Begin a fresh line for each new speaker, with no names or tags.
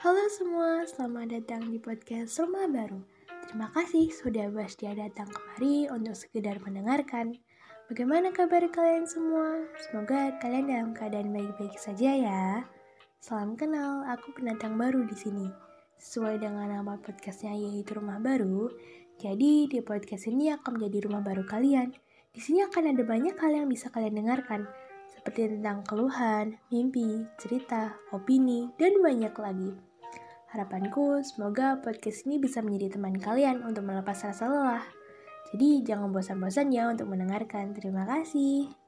Halo semua, selamat datang di podcast Rumah Baru. Terima kasih sudah bersedia datang kemari untuk sekedar mendengarkan. Bagaimana kabar kalian semua? Semoga kalian dalam keadaan baik-baik saja ya. Salam kenal, aku pendatang baru di sini. Sesuai dengan nama podcastnya yaitu Rumah Baru, jadi di podcast ini akan menjadi rumah baru kalian. Di sini akan ada banyak hal yang bisa kalian dengarkan, seperti tentang keluhan, mimpi, cerita, opini, dan banyak lagi. Harapanku, semoga podcast ini bisa menjadi teman kalian untuk melepas rasa lelah. Jadi jangan bosan-bosan ya untuk mendengarkan. Terima kasih.